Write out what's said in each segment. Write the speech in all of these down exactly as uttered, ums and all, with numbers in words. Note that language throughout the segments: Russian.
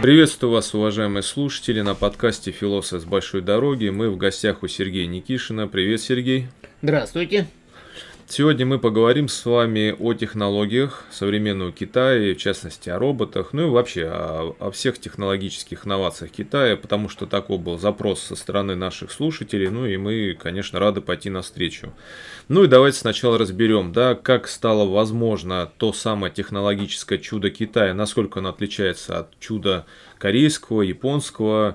Приветствую вас, уважаемые слушатели, на подкасте «Философ с большой дороги». Мы в гостях у Сергея Никишина. Привет, Сергей. Здравствуйте. Сегодня мы поговорим с вами о технологиях современного Китая, в частности о роботах, ну и вообще о, о всех технологических инновациях Китая, потому что такой был запрос со стороны наших слушателей, ну и мы, конечно, рады пойти навстречу. Ну и давайте сначала разберем, да, как стало возможно то самое технологическое чудо Китая, насколько оно отличается от чуда корейского, японского.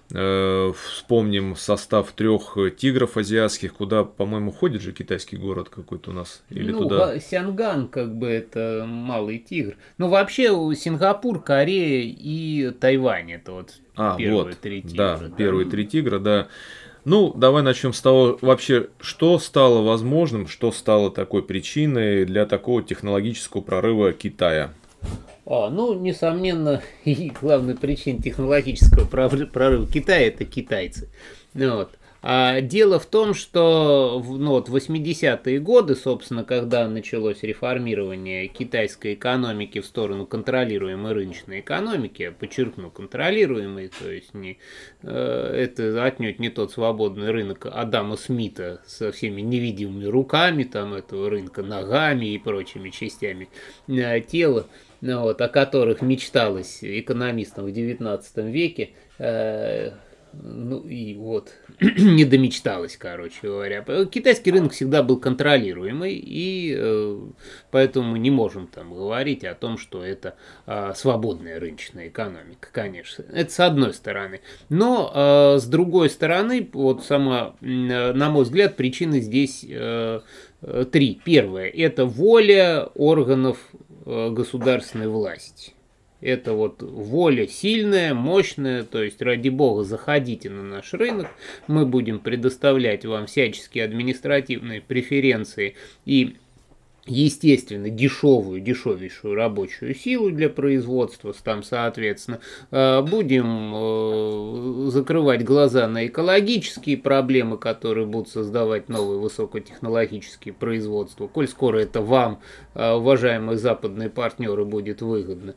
Вспомним состав трех тигров азиатских, куда, по-моему, ходит же китайский город какой-то у нас. Или ну, туда... Сянган, как бы, это малый тигр. Ну, вообще, Сингапур, Корея и Тайвань, это вот а, первые вот, три тигра. Да, да, первые три тигра, да. Ну, давай начнем с того, вообще, что стало возможным, что стало такой причиной для такого технологического прорыва Китая. А, ну, несомненно, и главная причина технологического прорыва Китая – это китайцы. Вот. А дело в том, что ну, вот, в восьмидесятые годы, собственно, когда началось реформирование китайской экономики в сторону контролируемой рыночной экономики, я подчеркну, контролируемой, то есть не, э, это отнюдь не тот свободный рынок Адама Смита со всеми невидимыми руками там, этого рынка, ногами и прочими частями э, тела, ну, вот, о которых мечталось экономистам в девятнадцатом веке, э, ну и вот, не домечталось, короче говоря. Китайский рынок всегда был контролируемый, и э, поэтому мы не можем там говорить о том, что это э, свободная рыночная экономика, конечно. Это с одной стороны. Но э, с другой стороны, вот сама, э, на мой взгляд, причины здесь э, э, три. Первое – это воля органов э, государственной власти. Это вот воля сильная, мощная, то есть, ради бога, заходите на наш рынок, мы будем предоставлять вам всяческие административные преференции и, естественно, дешевую, дешевейшую рабочую силу для производства, там, соответственно, будем закрывать глаза на экологические проблемы, которые будут создавать новые высокотехнологические производства, коль скоро это вам, уважаемые западные партнеры, будет выгодно.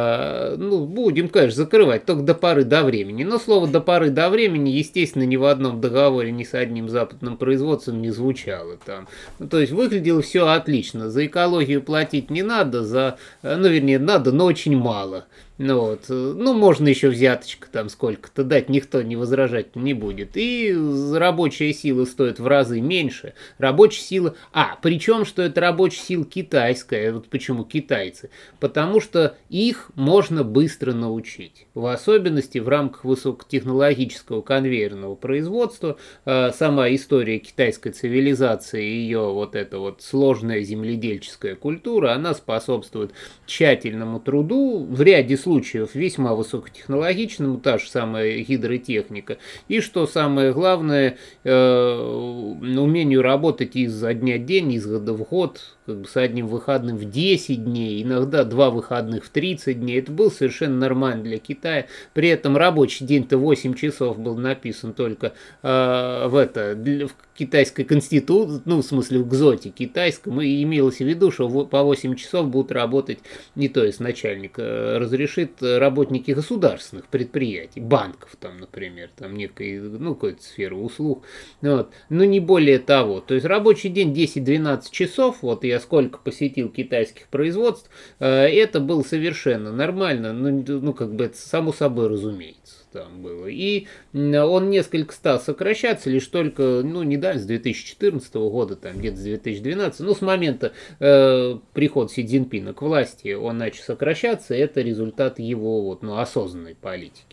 Ну, будем, конечно, закрывать, только до поры до времени. Но слово «до поры до времени», естественно, ни в одном договоре, ни с одним западным производством не звучало там. Ну, то есть, выглядело все отлично. За экологию платить не надо, за, ну, вернее, надо, но очень мало. Ну, вот. Ну, можно еще взяточка там сколько-то дать, никто не возражать не будет. И рабочая сила стоит в разы меньше. Рабочая сила... А, причем, что это рабочая сила китайская. Вот почему китайцы. Потому что их можно быстро научить. В особенности в рамках высокотехнологического конвейерного производства. Сама история китайской цивилизации, ее вот эта вот сложная земледельческая культура, она способствует тщательному труду, в ряде случаев случаев весьма высокотехнологичному, та же самая гидротехника, и, что самое главное, э, умению работать изо дня в день, из года в год, как бы с одним выходным в десять дней, иногда два выходных в тридцать дней. Это было совершенно нормально для Китая. При этом рабочий день-то восемь часов был написан только э, в это, в китайской конституции, ну, в смысле, в ГЗОТе китайском, и имелось в виду, что по восемь часов будут работать, не то есть начальник э, разрешит, работники государственных предприятий, банков там, например, там некой, ну, какой-то сферы услуг, вот, но не более того. То есть рабочий день десять-двенадцать часов, вот я сколько посетил китайских производств, э, это было совершенно нормально, ну, ну, как бы это само собой разумеется. Там было. И он несколько стал сокращаться лишь только, ну, недавно, с две тысячи четырнадцатого года, там, где-то с две тысячи двенадцатого, ну, с момента э, прихода Си Цзиньпина к власти он начал сокращаться, это результат его, вот, ну, осознанной политики.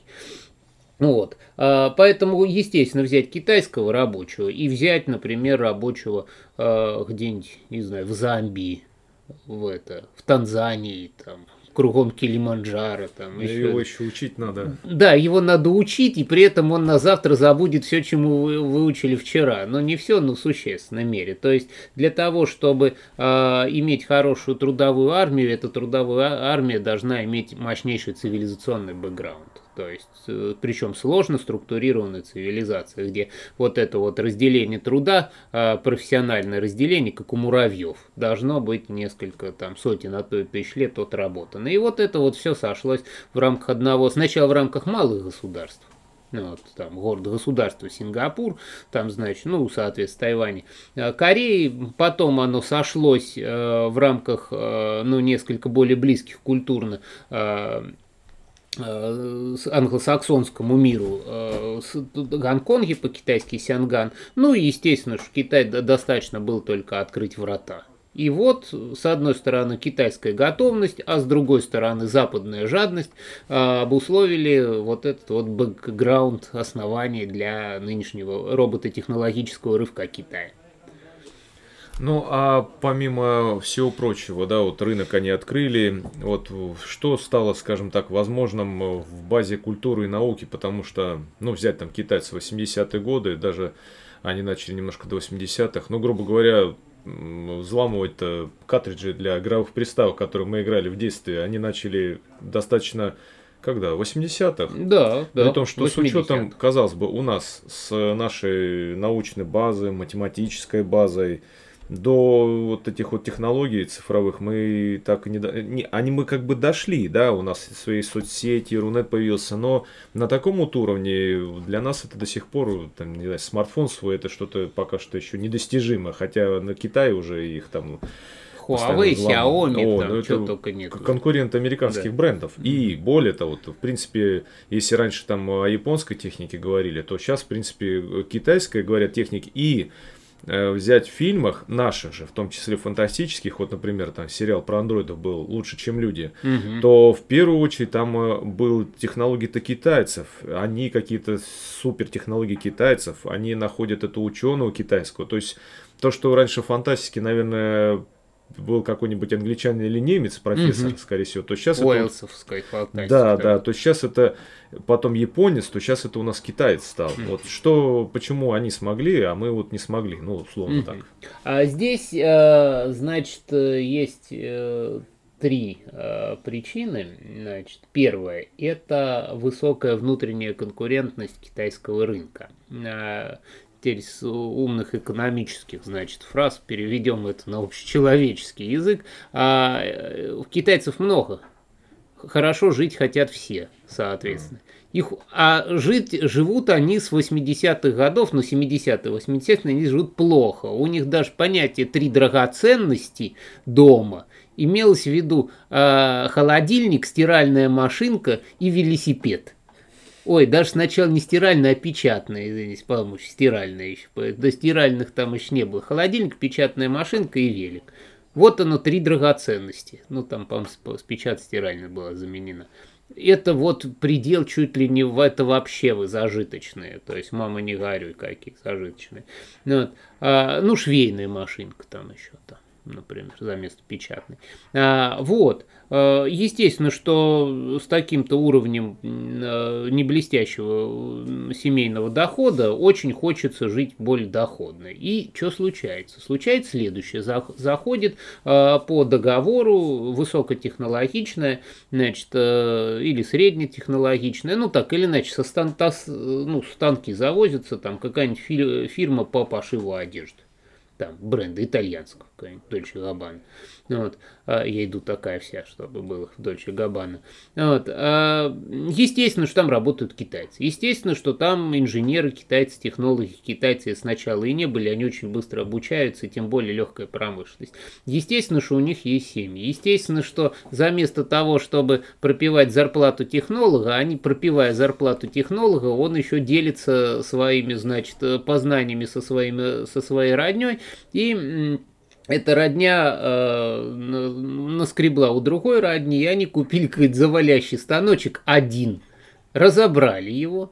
Вот. Поэтому, естественно, взять китайского рабочего и взять, например, рабочего э, где-нибудь, не знаю, в Замбии, в, это, в Танзании, там, кругом Килиманджаро. Там, еще. Его еще учить надо. Да, его надо учить, и при этом он на завтра забудет все, чему вы выучили вчера. Но не все, но в существенной мере. То есть для того, чтобы э, иметь хорошую трудовую армию, эта трудовая армия должна иметь мощнейший цивилизационный бэкграунд. То есть, э, причем сложно структурированная цивилизация, где вот это вот разделение труда, э, профессиональное разделение, как у муравьев, должно быть несколько там сотен, а то и тысяч лет отработано. И вот это вот все сошлось в рамках одного, сначала в рамках малых государств. Ну, вот, там, город-государство Сингапур, там, значит, ну, соответственно, Тайвань, Кореи, потом оно сошлось э, в рамках, э, ну, несколько более близких культурно э, э, англосаксонскому миру, э, с, Гонконге, по-китайски Сянган, ну, и, естественно, что Китай достаточно был только открыть врата. И вот, с одной стороны, китайская готовность, а с другой стороны, западная жадность э, обусловили вот этот вот бэкграунд оснований для нынешнего робототехнологического рывка Китая. Ну, а помимо всего прочего, да, вот рынок они открыли, вот что стало, скажем так, возможным в базе культуры и науки, потому что, ну, взять там китайцы восьмидесятые годы, даже они начали немножко до восьмидесятых, ну, грубо говоря, взламывать картриджи для игровых приставок, которые мы играли в детстве, они начали достаточно, когда, в восьмидесятых? Да, да. При том, что с учетом, казалось бы, у нас с нашей научной базой, математической базой, до вот этих вот технологий цифровых мы так и не, до... не... Они мы как бы дошли, да, у нас свои соцсети, Рунет появился, но на таком вот уровне для нас это до сих пор, там, не знаю, смартфон свой, это что-то пока что еще недостижимо, хотя на Китае уже их там... Huawei, Xiaomi, О, там, ну что только нет. Конкурент американских да. брендов. И более того, в принципе, если раньше там о японской технике говорили, то сейчас, в принципе, китайская, говорят, техники и взять в фильмах наших же, в том числе фантастических, вот, например, там сериал про андроидов был «Лучше, чем люди», угу. то в первую очередь там был технологии-то китайцев. Они какие-то супер технологии китайцев, они находят эту ученого китайского. То есть то, что раньше в фантастике, наверное, был какой-нибудь англичанин или немец, профессор, угу. скорее всего, то сейчас Уэллсовская это... фантастика. Да, да, то сейчас это потом японец, то сейчас это у нас китаец стал. Угу. Вот что, почему они смогли, а мы вот не смогли, ну, условно угу. так. А здесь, значит, есть три причины. Значит, первое – это высокая внутренняя конкурентность китайского рынка. Теперь с умных экономических, значит, фраз переведем это на общечеловеческий язык. А, китайцев много. Хорошо жить хотят все, соответственно. Их, а жить, живут они с восьмидесятых годов, ну, семидесятые, восьмидесятые, они живут плохо. У них даже понятие «три драгоценности дома» имелось в виду а, холодильник, стиральная машинка и велосипед. Ой, даже сначала не стиральная, а печатная, извините, по-моему, стиральная еще. До стиральных там еще не было. Холодильник, печатная машинка и велик. Вот оно, три драгоценности. Ну, там, по-моему, с печать стиральная была заменена. Это вот предел чуть ли не в это вообще вы зажиточные. То есть, мама, не горюй, какие зажиточные. Ну, вот. а, ну швейная машинка там еще там. Например, за место печатной. А, вот. Естественно, что с таким-то уровнем не блестящего семейного дохода очень хочется жить более доходно. И что случается? Случается следующее. Заходит по договору высокотехнологичная, значит, или среднетехнологичная, ну так или иначе, со стан, ну, станки завозятся, там какая-нибудь фирма по пошиву одежды. Там бренда итальянского, какая-нибудь Дольче Габбана. Вот. А, я иду такая вся, чтобы было в Дольче Габбана. Вот. А, естественно, что там работают китайцы. Естественно, что там инженеры китайцы, технологи китайцы сначала и не были, они очень быстро обучаются, тем более легкая промышленность. Естественно, что у них есть семьи. Естественно, что заместо того, чтобы пропивать зарплату технолога, они, пропивая зарплату технолога, он еще делится своими, значит, познаниями со, своими, со своей родней. И эта родня э, наскребла у другой родни, и они купили какой-то завалящий станочек один, разобрали его.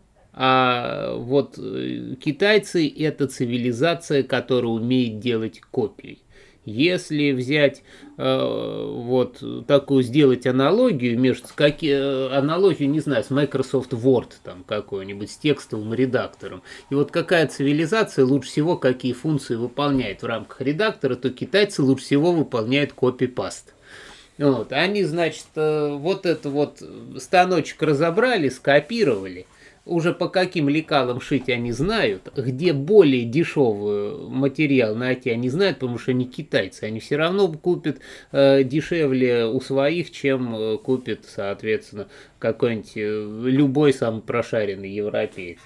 А вот китайцы – это цивилизация, которая умеет делать копии. Если взять, э, вот такую, сделать аналогию между, какие, аналогию, не знаю, с Microsoft Word, там, какой-нибудь, с текстовым редактором, и вот какая цивилизация лучше всего, какие функции выполняет в рамках редактора, то китайцы лучше всего выполняют копи-паст. Вот, они, значит, э, вот это вот станочек разобрали, скопировали, уже по каким лекалам шить они знают, где более дешевый материал найти они знают, потому что они китайцы, они все равно купят э, дешевле у своих, чем э, купит, соответственно, какой-нибудь э, любой самый прошаренный европеец.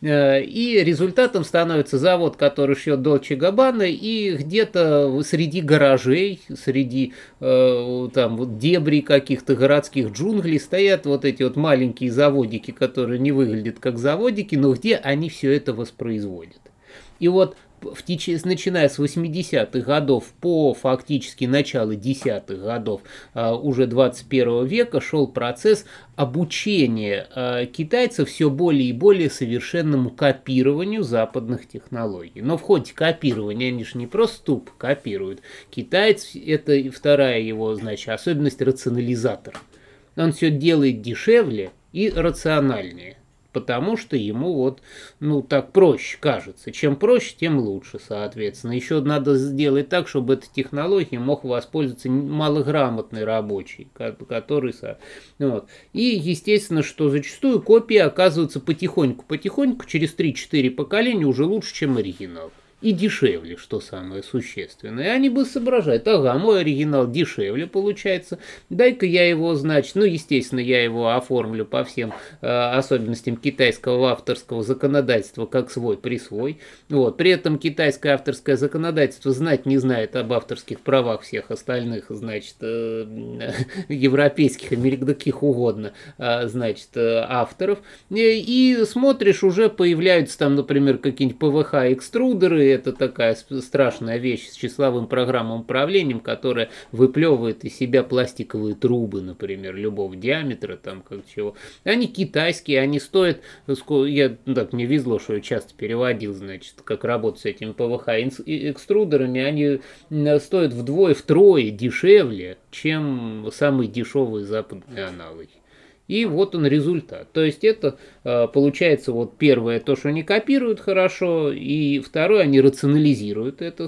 И результатом становится завод, который шьет Dolce Gabbana, и где-то среди гаражей, среди э, там вот дебрей каких-то городских джунглей стоят вот эти вот маленькие заводики, которые не выглядят как заводики, но где они все это воспроизводят. И вот в теч... начиная с восьмидесятых годов по фактически начало десятых годов а, уже двадцать первого века шел процесс обучения а, китайцев все более и более совершенному копированию западных технологий. Но в ходе копирования они же не просто тупо копируют. Китаец — это вторая его, значит, особенность — рационализатор. Он все делает дешевле и рациональнее. Потому что ему вот, ну, так проще кажется. Чем проще, тем лучше, соответственно. Еще надо сделать так, чтобы эта технология мог воспользоваться малограмотный рабочий, который... Вот. И, естественно, что зачастую копии оказываются потихоньку-потихоньку, через три-четыре поколения уже лучше, чем оригинал. И дешевле, что самое существенное. И они бы соображают: ага, мой оригинал дешевле получается, дай-ка я его, значит, ну, естественно, я его оформлю по всем э, особенностям китайского авторского законодательства, как свой присвой. Вот. При этом китайское авторское законодательство знать не знает об авторских правах всех остальных, значит, э, европейских, американских угодно, э, значит, э, авторов. И, и смотришь, уже появляются там, например, какие-нибудь пэ вэ ха-экструдеры. Это такая страшная вещь с числовым программным управлением, которая выплевывает из себя пластиковые трубы, например, любого диаметра, там как чего. Они китайские, они стоят, я так мне везло, что я часто переводил, значит, как работать с этими пэ вэ ха-экструдерами, они стоят вдвое-втрое дешевле, чем самые дешевые западные аналоги. И вот он результат. То есть это получается вот первое, то, что они копируют хорошо, и второе, они рационализируют это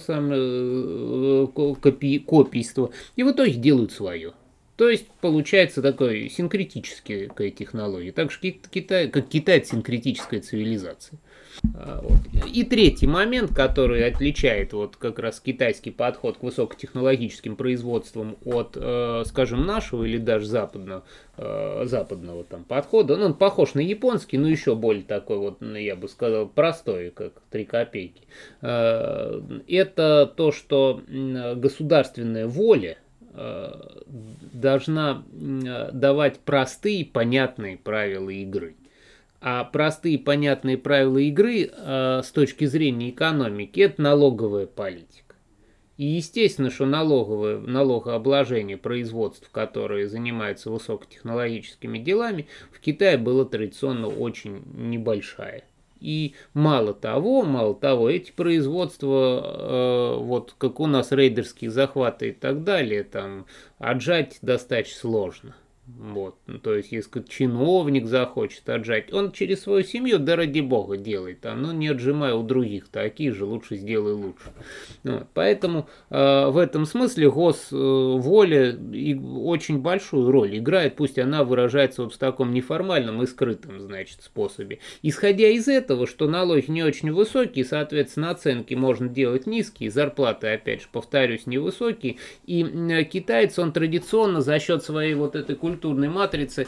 самое копи, копийство, и в итоге делают свое. То есть получается такой синкретическая технология. Так что Китай, как Китай, синкретическая цивилизация. Вот. И третий момент, который отличает вот как раз китайский подход к высокотехнологическим производствам от, э, скажем, нашего или даже западного, э, западного там подхода, он, он похож на японский, но еще более такой вот, я бы сказал, простой, как три копейки. Э, это то, что государственная воля э, должна давать простые, понятные правила игры. А простые понятные правила игры э, с точки зрения экономики — это налоговая политика. И естественно, что налоговое, налогообложение производств, которые занимаются высокотехнологическими делами, в Китае было традиционно очень небольшая. И мало того, мало того, эти производства, э, вот как у нас рейдерские захваты и так далее, там отжать достаточно сложно. Вот, то есть, если чиновник захочет отжать, он через свою семью, да ради бога, делает, а ну не отжимай у других, такие же, лучше сделай лучше. Вот, поэтому э, в этом смысле госволя э, очень большую роль играет, пусть она выражается вот в таком неформальном и скрытом, значит, способе. Исходя из этого, что налоги не очень высокие, соответственно, оценки можно делать низкие, зарплаты, опять же, повторюсь, невысокие, и э, китаец, он традиционно за счет своей вот этой культуры, культурной матрицы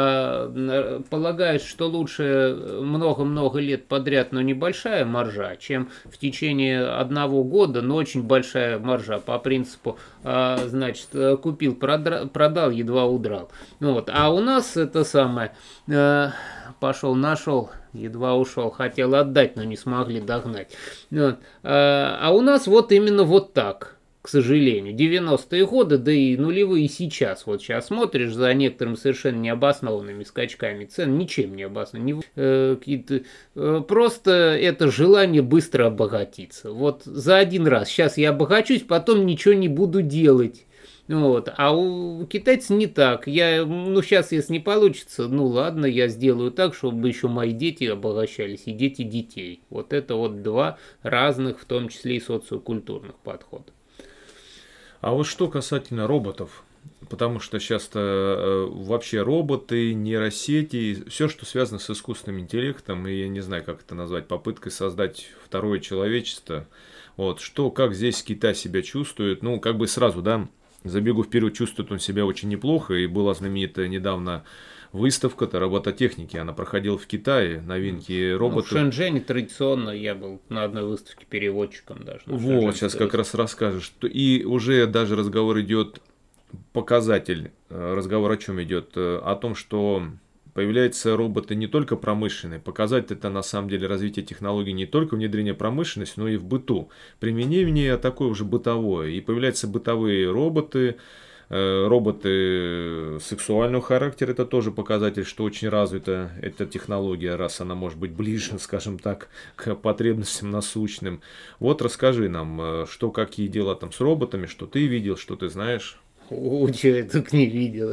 э, полагает, что лучше много-много лет подряд, но небольшая маржа, чем в течение одного года, но очень большая маржа по принципу, э, значит, купил, продра, продал, едва удрал. Ну, вот. А у нас это самое, э, пошел, нашел, едва ушел, хотел отдать, но не смогли догнать. Вот. А, а у нас вот именно вот так. К сожалению, девяностые годы, да и нулевые сейчас. Вот сейчас смотришь за некоторыми совершенно необоснованными скачками цен, ничем не обоснованными. Э, э, просто это желание быстро обогатиться. Вот за один раз. Сейчас я обогачусь, потом ничего не буду делать. Вот. А у китайцев не так. Я, ну, сейчас, если не получится, ну ладно, я сделаю так, чтобы еще мои дети обогащались, и дети детей. Вот это вот два разных, в том числе и социокультурных подхода. А вот что касательно роботов, потому что сейчас-то вообще роботы, нейросети, все, что связано с искусственным интеллектом, и я не знаю, как это назвать, попыткой создать второе человечество. Вот, что, как здесь Китай себя чувствует, ну, как бы сразу, да, забегу вперед, чувствует он себя очень неплохо, и была знаменитая недавно выставка-то робототехники, она проходила в Китае, новинки роботов. Ну, в Шэньчжэне традиционно я был на одной выставке переводчиком даже. Вот, сейчас как раз расскажешь. И уже даже разговор идет, показатель, разговор о чем идет? О том, что появляются роботы не только промышленные. Показатель это на самом деле развитие технологий не только внедрение промышленности, но и в быту. Применение такое уже бытовое. И появляются бытовые роботы, роботы сексуального характера, это тоже показатель, что очень развита эта технология, раз она может быть ближе, скажем так, к потребностям насущным. Вот расскажи нам, что, какие дела там с роботами, что ты видел, что ты знаешь. О, что я только не видел.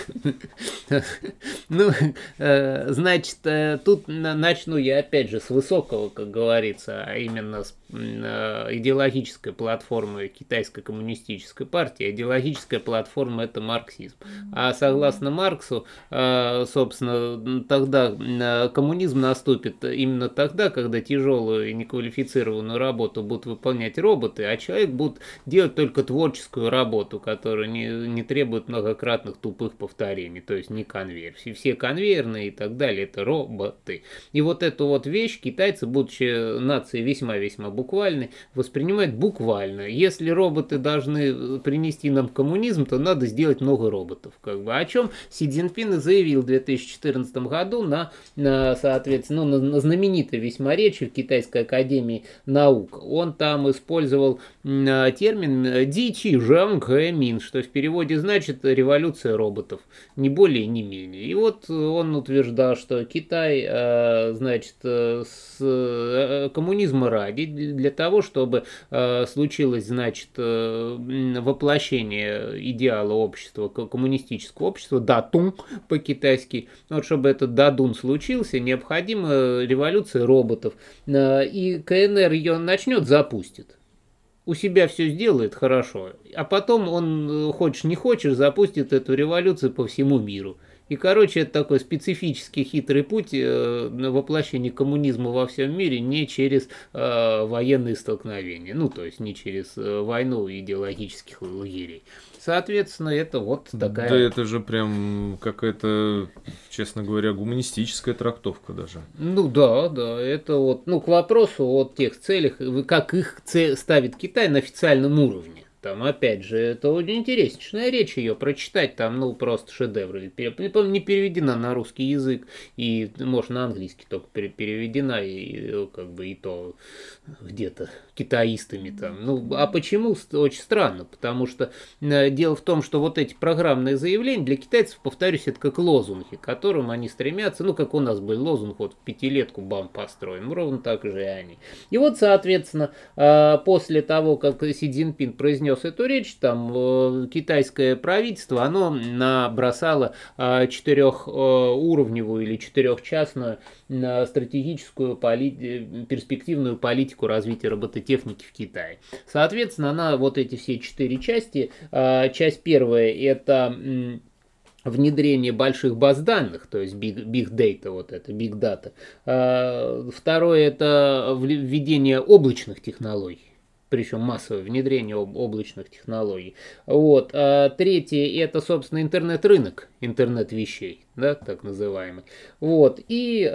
Ну, значит, тут начну я опять же с высокого, как говорится, а именно с идеологической платформы Китайской коммунистической партии. Идеологическая платформа – это марксизм. А согласно Марксу, собственно, тогда коммунизм наступит именно тогда, когда тяжелую и неквалифицированную работу будут выполнять роботы, а человек будет делать только творческую работу, которая не не требует многократных тупых повторений, то есть не конвейер. Все конвейерные и так далее, это роботы. И вот эту вот вещь китайцы, будучи нацией весьма-весьма буквальной, воспринимают буквально. Если роботы должны принести нам коммунизм, то надо сделать много роботов. Как бы. О чем Си Цзиньпин и заявил в две тысячи четырнадцатом году на, на, соответственно, ну, на, на знаменитой весьма речи в Китайской академии наук. Он там использовал м, термин «ди чи жан кэ мин», что в переводе значит «революция роботов», не более, не менее. И вот он утверждал, что Китай, значит, с коммунизма ради, для того, чтобы случилось, значит, воплощение идеала общества, коммунистического общества, датун по-китайски, вот чтобы этот дадун случился, необходима революция роботов. И ка эн эр ее начнет, запустит. У себя все сделает хорошо, а потом он, хочешь не хочешь, запустит эту революцию по всему миру. И, короче, это такой специфический хитрый путь э, воплощения коммунизма во всем мире не через э, военные столкновения, ну, то есть не через э, войну идеологических лагерей. Соответственно, это вот такая... Да это же прям какая-то, честно говоря, гуманистическая трактовка даже. Ну да, да, это вот, ну, к вопросу о тех целях, как их цель ставит Китай на официальном уровне. Там, опять же, это очень интересная речь, ее прочитать, там, ну, просто шедевр. Не переведена на русский язык, и, может, на английский только переведена, и, как бы, и то где-то китаистами там. Ну, а почему? Очень странно, потому что э, дело в том, что вот эти программные заявления для китайцев, повторюсь, это как лозунги, к которым они стремятся, ну, как у нас был лозунг, вот, в пятилетку бам построим, ровно так же и они. И вот, соответственно, э, после того, как Си Цзиньпин произнес эту речь, там э, китайское правительство, оно набросало э, четырехуровневую или четырехчастную э, стратегическую поли- перспективную политику развития робототехники в Китае. Соответственно, она вот эти все четыре части, э, часть первая это м, внедрение больших баз данных, то есть big, big data, вот это, big data. Э, второе это введение облачных технологий, причем массовое внедрение об облачных технологий. Вот. А третье это, собственно, интернет-рынок, интернет вещей, да, так называемый. Вот. И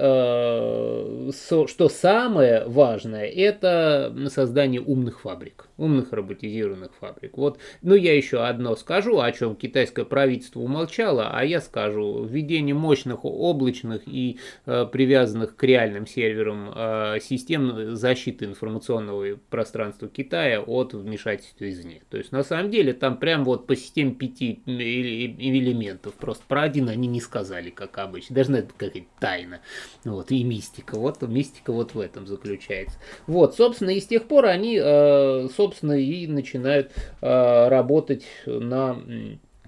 э, со, что самое важное, это создание умных фабрик, умных роботизированных фабрик. Вот. Ну, я еще одно скажу, о чем китайское правительство умолчало, а я скажу: введение мощных облачных и э, привязанных к реальным серверам э, систем защиты информационного пространства Китая от вмешательства извне. То есть, на самом деле, там прям вот по системе пяти элементов. Просто про один они не сказали, как обычно. Даже это какая-то тайна. Вот, и мистика. Вот мистика вот в этом заключается. Вот, собственно, и с тех пор они, собственно, и начинают работать на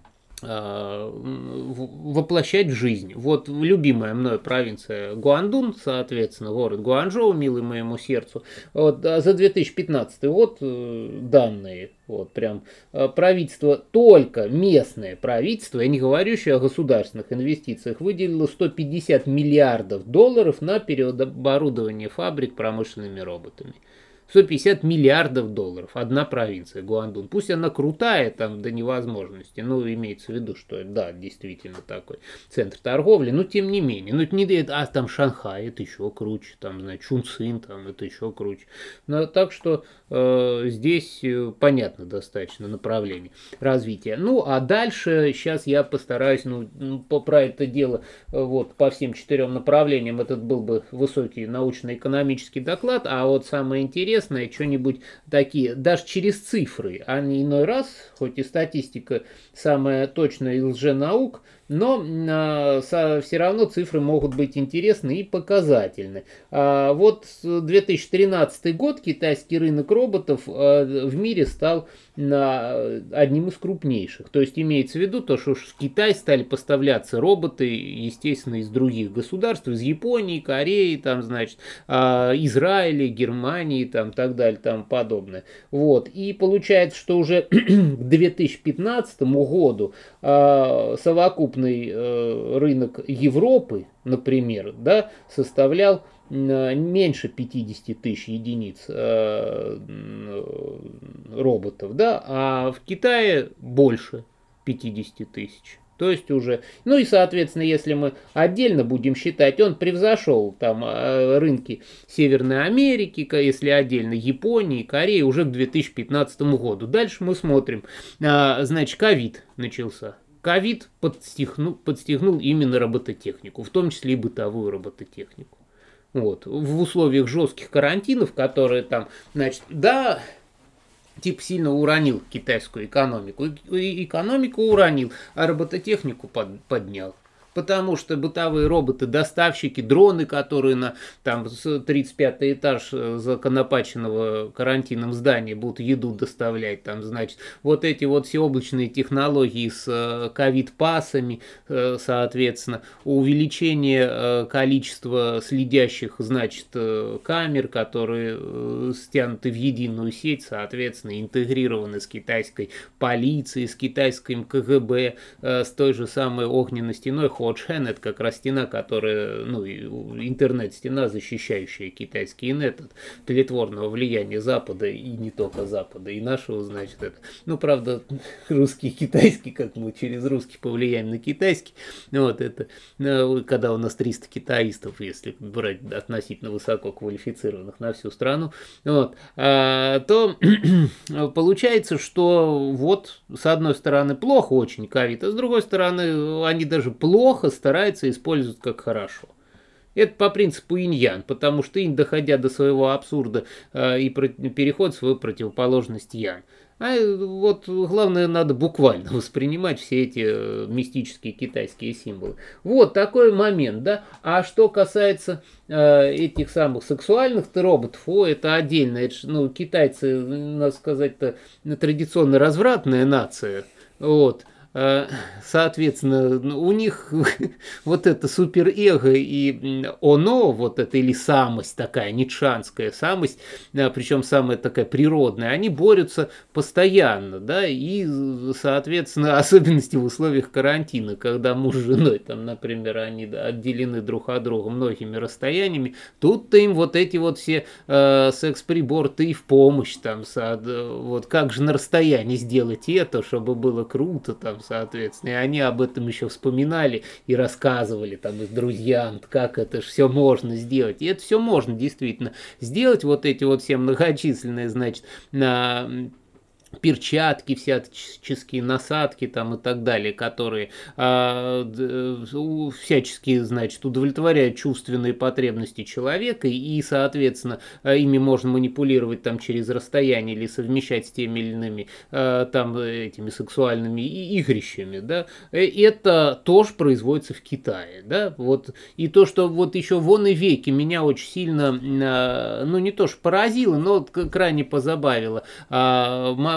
воплощать в жизнь. Вот любимая мной провинция Гуандун, соответственно, город Гуанчжоу, милый моему сердцу. Вот, а за две тысячи пятнадцатый год данные, вот прям правительство, только местное правительство, я не говорю еще о государственных инвестициях, выделило сто пятьдесят миллиардов долларов на переоборудование фабрик промышленными роботами. сто пятьдесят миллиардов долларов. Одна провинция, Гуандун. Пусть она крутая там до невозможности. Ну, имеется в виду, что да, действительно такой центр торговли. Но тем не менее. Ну, это не а там Шанхай, это еще круче. Там, значит, Чунцин, там это еще круче. Но, так что э, здесь э, понятно достаточно направление развития. Ну, а дальше сейчас я постараюсь, ну, про это дело э, вот по всем четырем направлениям. Этот был бы высокий научно-экономический доклад. А вот самое интересное, что-нибудь такие, даже через цифры, а не иной раз, хоть и статистика самая точная из лженаук, но а, со, все равно цифры могут быть интересны и показательны. А, вот две тысячи тринадцатый год китайский рынок роботов а, в мире стал а, одним из крупнейших. То есть имеется в виду то, что в Китай стали поставляться роботы, естественно, из других государств, из Японии, Кореи, там, значит, а, Израиля, Германии, там, так далее, там подобное. Вот. И получается, что уже к две тысячи пятнадцатому году а, совокупный рынок Европы, например, да, составлял меньше пятьдесят тысяч единиц э, роботов, да, а в Китае больше пятьдесят тысяч. То есть уже, ну и соответственно, если мы отдельно будем считать, он превзошел там рынки Северной Америки, если отдельно Японии, Кореи уже к две тысячи пятнадцатому году. Дальше мы смотрим, значит, ковид начался. Ковид подстегнул, подстегнул именно робототехнику, в том числе и бытовую робототехнику. Вот. В условиях жестких карантинов, которые там, значит, да, типа сильно уронил китайскую экономику. И экономику уронил, а робототехнику под, поднял. Потому что бытовые роботы, доставщики, дроны, которые на там, тридцать пятый этаж законопаченного карантином здания будут еду доставлять, там, значит, вот эти вот всеоблачные технологии с ковид-пассами, соответственно, увеличение количества следящих, значит, камер, которые стянуты в единую сеть, соответственно, интегрированы с китайской полицией, с китайским ка гэ бэ, с той же самой огненной стеной. Ходжен — это как раз стена, которая, ну, интернет-стена, защищающая китайский инет от тлетворного влияния Запада, и не только Запада, и нашего, значит, это. Ну, правда, русский и китайский, как мы через русский повлияем на китайский, вот это, когда у нас триста китаистов, если брать относительно высоко квалифицированных на всю страну, вот, а, то получается, что вот, с одной стороны, плохо очень ковид, а с другой стороны, они даже плохо старается использовать как хорошо. Это по принципу инь-ян, потому что инь, доходя до своего абсурда, э, и про- переходит в свою противоположность ян. А вот главное, надо буквально воспринимать все эти э, мистические китайские символы. Вот такой момент, да. А что касается э, этих самых сексуальных роботов, о, это отдельно. Это, ну, китайцы, надо сказать-то, традиционно развратная нация. Вот. Соответственно, у них вот это суперэго и оно, вот это, или самость такая, ницшанская самость, причем самая такая природная, они борются постоянно, да, и, соответственно, особенности в условиях карантина, когда муж с женой, там, например, они отделены друг от друга многими расстояниями, тут-то им вот эти вот все э, секс-приборы-то и в помощь, там, со, вот как же на расстоянии сделать это, чтобы было круто, там, соответственно, и они об этом еще вспоминали и рассказывали там их друзьям, как это же все можно сделать. И это все можно действительно сделать, вот эти вот все многочисленные, значит, на перчатки, всяческие насадки там и так далее, которые а, всячески, значит, удовлетворяют чувственные потребности человека, и, соответственно, ими можно манипулировать там через расстояние или совмещать с теми или иными а, там этими сексуальными игрищами, да, это тоже производится в Китае, да, вот, и то, что вот еще вон и веки меня очень сильно, а, ну, не то что поразило, но крайне позабавило, а,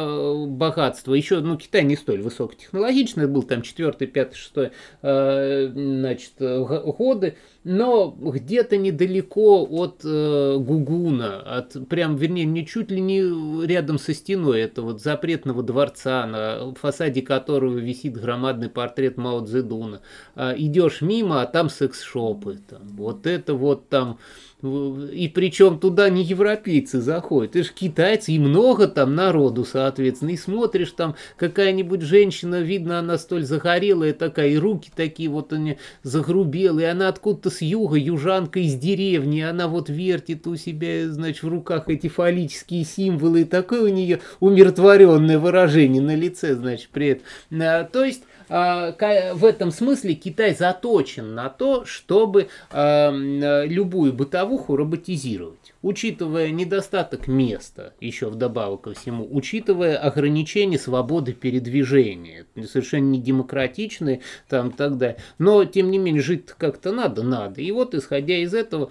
на богатство. Еще, ну, Китай не столь высокотехнологичный был, там четвертый, пятый, шестой, значит, годы, но где-то недалеко от э, Гугуна, от, прям, вернее, не чуть ли не рядом со стеной этого вот запретного дворца, на фасаде которого висит громадный портрет Мао Цзэдуна. Э, идешь мимо, а там секс-шопы. Там, вот это вот там... И причем туда не европейцы заходят, это же китайцы, и много там народу, соответственно. И смотришь, там какая-нибудь женщина, видно, она столь загорелая такая, и руки такие вот они загрубелые, она откуда-то с юга, южанка из деревни, она вот вертит у себя, значит, в руках эти фаллические символы, и такое у нее умиротворенное выражение на лице, значит, при этом. То есть... в этом смысле Китай заточен на то, чтобы любую бытовуху роботизировать. Учитывая недостаток места, еще вдобавок ко всему, учитывая ограничение свободы передвижения, совершенно не демократичные, там, так далее. Но, тем не менее, жить как-то надо, надо. И вот, исходя из этого,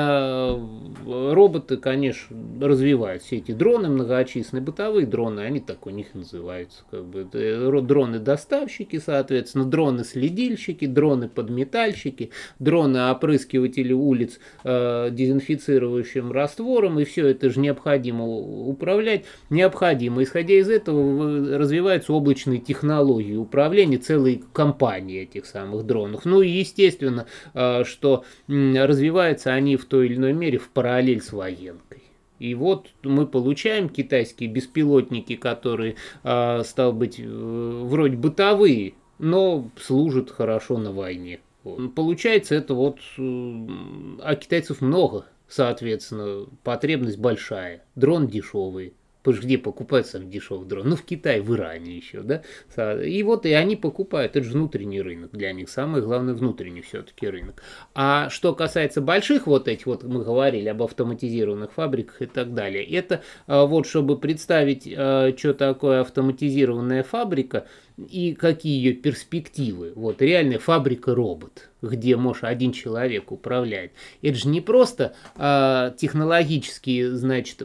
роботы, конечно, развивают все эти дроны многочисленные, бытовые дроны, они так у них называются, как бы, дроны-доставщики, соответственно, дроны-следильщики, дроны-подметальщики, дроны-опрыскиватели улиц э, дезинфицирующим раствором, и все это же необходимо управлять, необходимо. Исходя из этого развиваются облачные технологии управления целой компанией этих самых дронов. Ну и естественно, э, что э, развиваются они в той или иной мере в параллель с военкой. И вот мы получаем китайские беспилотники, которые, э, стал быть, э, вроде бытовые, но служат хорошо на войне. Вот. Получается это вот, э, а китайцев много, соответственно, потребность большая, дрон дешевый. Потому что где покупают сам дешевый дрон? Ну, в Китае, в Иране еще, да? И вот и они покупают, это же внутренний рынок для них, самый главный внутренний все-таки рынок. А что касается больших вот этих, вот мы говорили об автоматизированных фабриках и так далее, это вот, чтобы представить, что такое автоматизированная фабрика и какие ее перспективы. Вот реальная фабрика-робот, где, может, один человек управляет. Это же не просто э, технологические, значит,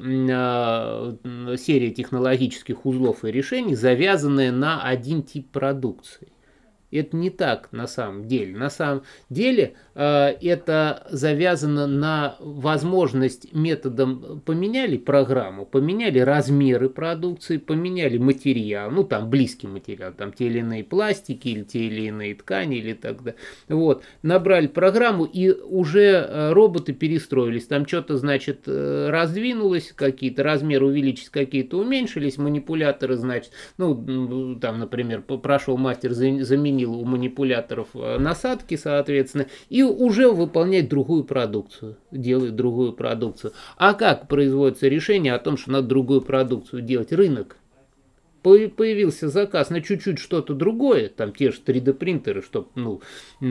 э, серия технологических узлов и решений, завязанная на один тип продукции. Это не так на самом деле. На самом деле э, это завязано на возможность методом поменяли программу, поменяли размеры продукции, поменяли материал, ну там близкий материал, там те или иные пластики или те или иные ткани или так далее. Вот, набрали программу и уже роботы перестроились. Там что-то, значит, раздвинулось, какие-то размеры увеличились, какие-то уменьшились, манипуляторы, значит, ну там, например, прошел мастер, заменил у манипуляторов насадки, соответственно, и уже выполняет другую продукцию, делает другую продукцию. А как производится решение о том, что надо другую продукцию делать? Рынок. Появился заказ на чуть-чуть что-то другое, там те же три дэ принтеры, чтобы, ну,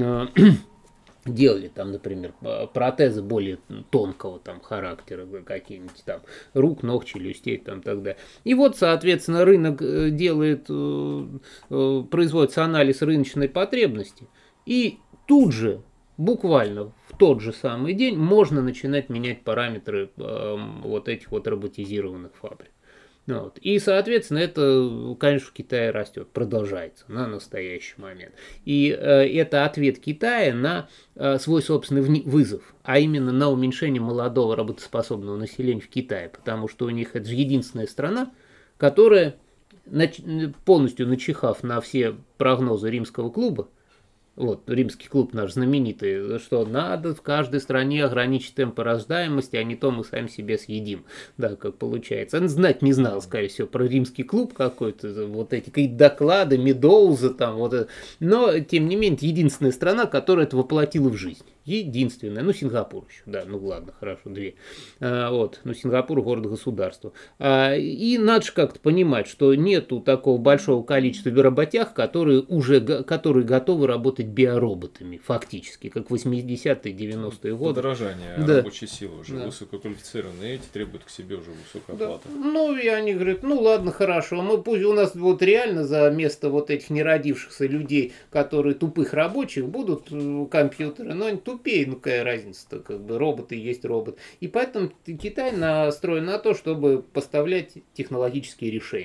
делали там, например, протезы более тонкого там характера, какие-нибудь там рук, ног, челюстей там тогда. И вот, соответственно, рынок делает, производится анализ рыночной потребности, и тут же, буквально в тот же самый день, можно начинать менять параметры вот этих вот роботизированных фабрик. Вот. И, соответственно, это, конечно, в Китае растет, продолжается на настоящий момент. И э, это ответ Китая на э, свой собственный вызов, а именно на уменьшение молодого работоспособного населения в Китае, потому что у них это же единственная страна, которая, нач... полностью начихав на все прогнозы римского клуба, вот, римский клуб наш знаменитый, что надо в каждой стране ограничить темпы рождаемости, а не то мы сами себе съедим. Да, как получается. Он знать не знал, скорее всего, про римский клуб какой-то, вот эти какие-то доклады, Медоуза там, вот это. Но, тем не менее, единственная страна, которая это воплотила в жизнь. Единственная, ну, Сингапур еще, да, ну, ладно, хорошо, две. А, вот, ну, Сингапур город-государство. А, и надо же как-то понимать, что нету такого большого количества работяг, которые уже, которые готовы работать биороботами, фактически, как в восьмидесятые, девяностые годы. Подорожание да. рабочей силы уже, да. Высококвалифицированные, эти требуют к себе уже высокую оплату. Да. Ну, и они говорят, ну, ладно, хорошо, мы пусть у нас вот реально за место вот этих неродившихся людей, которые тупых рабочих, будут компьютеры, но они тупее, ну какая разница-то, как бы роботы есть робот. И поэтому Китай настроен на то, чтобы поставлять технологические решения.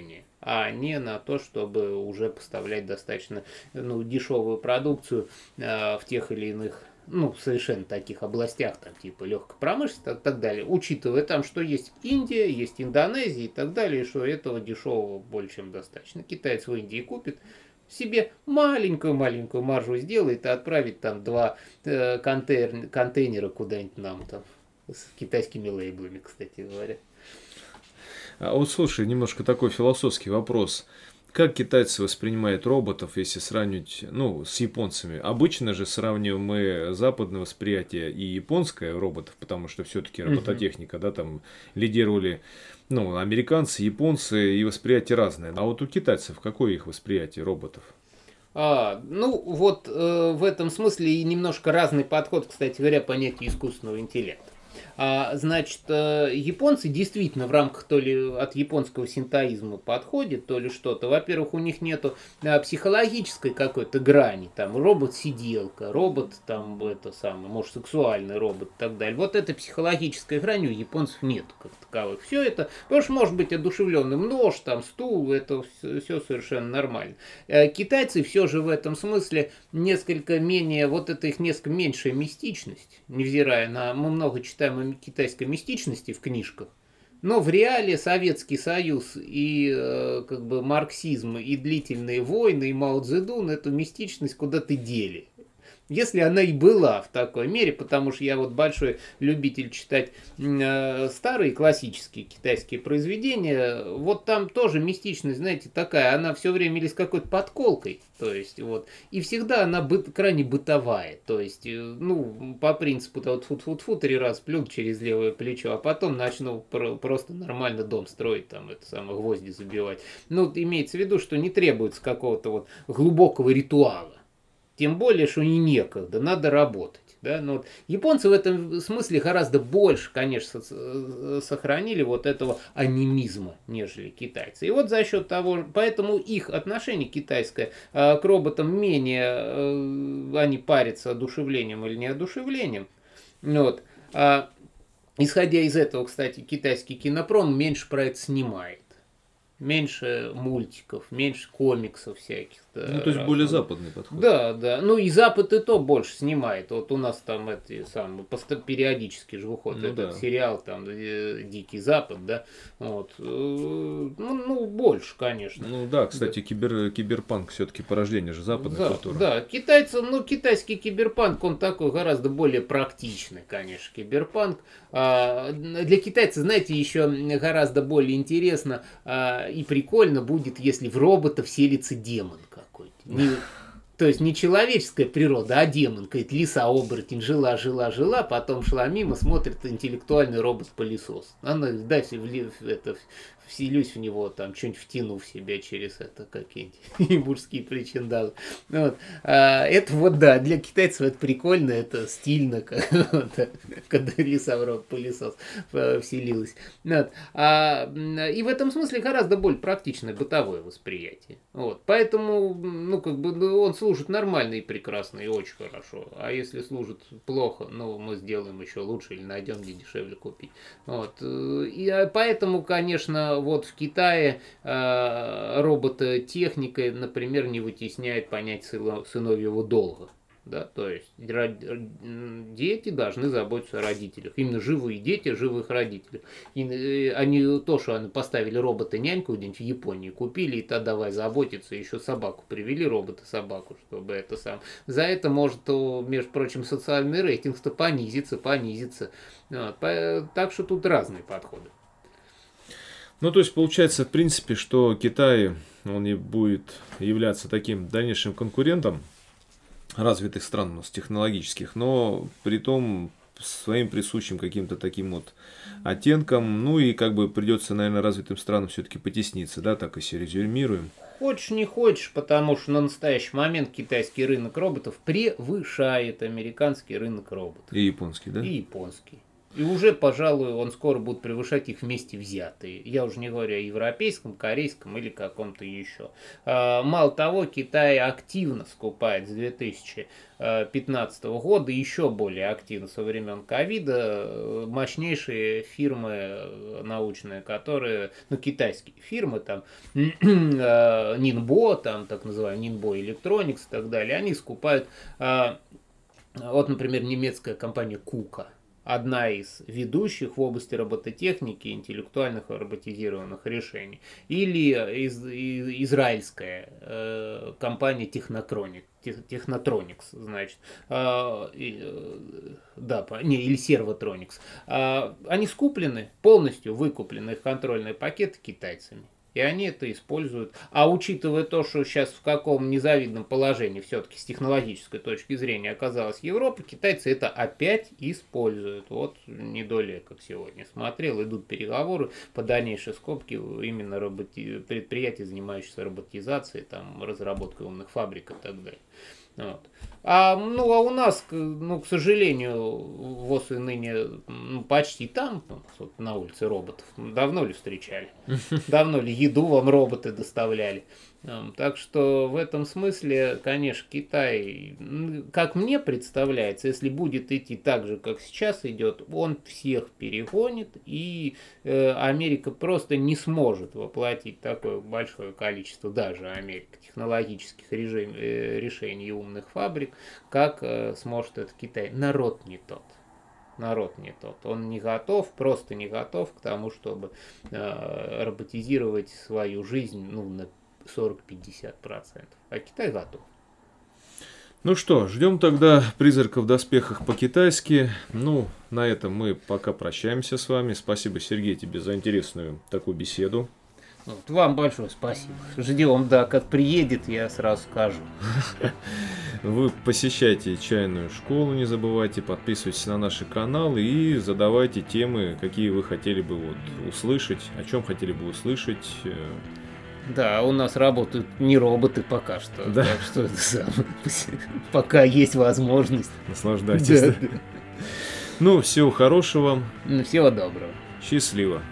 а не на то, чтобы уже поставлять достаточно ну, дешевую продукцию э, в тех или иных ну, совершенно таких областях, там, типа легкой промышленности и так, так далее, учитывая там, что есть Индия, есть Индонезия и так далее, и что этого дешевого более чем достаточно. Китаец в Индии купит, себе маленькую-маленькую маржу сделает и отправит там два э, контейнера, контейнера куда-нибудь нам там, с китайскими лейблами, кстати говоря. А вот слушай, немножко такой философский вопрос. Как китайцы воспринимают роботов, если сравнивать, ну, с японцами? Обычно же сравниваем мы западное восприятие и японское роботов, потому что все-таки робототехника, да, там лидировали, ну, американцы, японцы, и восприятие разное. А вот у китайцев какое их восприятие роботов? А, ну, вот э, в этом смысле и немножко разный подход, кстати говоря, понятию искусственного интеллекта. А, значит, э, японцы действительно в рамках то ли от японского синтоизма подходит, то ли что-то. Во-первых, у них нету а, психологической какой-то грани, там робот-сиделка, робот там это самое, может сексуальный робот и так далее. Вот этой психологической грани у японцев нет как таковых. Все это, потому что может быть одушевленным нож, там стул, это все, все совершенно нормально. А, китайцы все же в этом смысле несколько менее, вот это их несколько меньшая мистичность, невзирая на, мы много читаем о китайской мистичности в книжках, но в реале Советский Союз и э, как бы марксизм и длительные войны и Мао Цзэдун эту мистичность куда-то дели. Если она и была в такой мере, потому что я вот большой любитель читать э, старые классические китайские произведения, вот там тоже мистичность, знаете, такая, она все время или с какой-то подколкой, то есть вот, и всегда она быт, крайне бытовая, то есть, э, ну, по принципу, вот фу-фу-фу, три раза плюнь через левое плечо, а потом начну про- просто нормально дом строить, там, это самое, гвозди забивать. Ну, имеется в виду, что не требуется какого-то вот глубокого ритуала. Тем более, что не некогда, надо работать. Да? Но вот японцы в этом смысле гораздо больше, конечно, сохранили вот этого анимизма, нежели китайцы. И вот за счет того, поэтому их отношение китайское к роботам менее, они парятся одушевлением или неодушевлением. Вот. А, исходя из этого, кстати, китайский кинопром меньше про это снимает. Меньше мультиков, меньше комиксов всяких. Да, ну, то есть более западный подход. Да, да. Ну и Запад и то больше снимает. Вот у нас там эти самые периодически же выходит ну, этот да. сериал там Дикий Запад, да. Вот. Ну, ну больше, конечно. Ну да, кстати, да. Кибер, киберпанк все-таки порождение же западной да, культуры. Да, китайцы, ну китайский киберпанк, он такой гораздо более практичный, конечно, киберпанк. А, для китайцев, знаете, еще гораздо более интересно а, и прикольно будет, если в робота вселится демон какой-то. Не, то есть не человеческая природа, а демон. Какая-то лиса-оборотень жила, жила, жила, потом шла мимо, смотрит интеллектуальный робот-пылесос. Она, дальше это, вселюсь в него, там, что-нибудь втяну в себя через это какие-нибудь мужские причиндалы. Вот. А, это вот, да, для китайцев это прикольно, это стильно, как, вот, когда лиса в робот-пылесос вселилась. Вот. А, и в этом смысле гораздо более практичное бытовое восприятие. Вот. Поэтому, ну, как бы, он служит нормально и прекрасно, и очень хорошо. А если служит плохо, ну, мы сделаем еще лучше или найдем, где дешевле купить. Вот. И поэтому, конечно, вот в Китае э, робототехника, например, не вытесняет понятие сыновьего долга. Да, то есть дети должны заботиться о родителях. Именно живые дети о живых родителях. И, а не то, что они поставили робота-няньку где-нибудь в Японии, купили, и то давай заботиться, еще собаку привели, робота-собаку, чтобы это сам. За это может, между прочим, социальный рейтинг-то понизится, понизится. Вот. Так что тут разные подходы. Ну, то есть, получается, в принципе, что Китай, он не будет являться таким дальнейшим конкурентом развитых стран у нас технологических, но при том своим присущим каким-то таким вот оттенком, ну и как бы придется, наверное, развитым странам все-таки потесниться, да, так если резюмируем. Хочешь не хочешь, потому что на настоящий момент китайский рынок роботов превышает американский рынок роботов. И японский, да? И японский. И уже, пожалуй, он скоро будет превышать их вместе взятые. Я уже не говорю о европейском, корейском или каком-то еще. Мало того, Китай активно скупает с две тысячи пятнадцатого года, еще более активно со времен ковида, мощнейшие фирмы научные, которые, ну, китайские фирмы, там, Ningbo, там, так называемый Ningbo Electronics и так далее, они скупают, вот, например, немецкая компания Кука, одна из ведущих в области робототехники и интеллектуальных роботизированных решений. Или из, из, израильская э, компания Technotronics, Technotronics, значит. Э, э, да, не, или Servotronics. Э, они скуплены, полностью выкуплены их контрольные пакеты китайцами. И они это используют. А учитывая то, что сейчас в каком незавидном положении все-таки с технологической точки зрения оказалась Европа, китайцы это опять используют. Вот недолее, как сегодня смотрел, идут переговоры по дальнейшей скобке именно роботи... предприятий, занимающихся роботизацией, там, разработкой умных фабрик и так далее. Вот. А, ну, а у нас, ну, к сожалению, ВОЗ и ныне ну, почти там, вот, на улице роботов. Давно ли встречали? Давно ли еду вам роботы доставляли? Так что в этом смысле, конечно, Китай, как мне представляется, если будет идти так же, как сейчас идет, он всех перегонит, и э, Америка просто не сможет воплотить такое большое количество, даже Америка, технологических режим, э, решений и умных фабрик, как э, сможет это Китай. Народ не тот. Народ не тот. Он не готов, просто не готов к тому, чтобы э, роботизировать свою жизнь, ну, на сорок-пятьдесят процентов. А Китай готов. Ну что, ждем тогда «Призрака в доспехах» по-китайски. Ну, на этом мы пока прощаемся с вами. Спасибо, Сергей, тебе за интересную такую беседу. Вот, вам большое спасибо. Ждем, да, как приедет, я сразу скажу. Вы посещайте чайную школу, не забывайте, подписывайтесь на наши каналы и задавайте темы, какие вы хотели бы вот услышать, о чем хотели бы услышать. Да, у нас работают не роботы пока что, да. Так что это самое, пока есть возможность. Наслаждайтесь. Да, да. Ну, всего хорошего. Ну, всего доброго. Счастливо.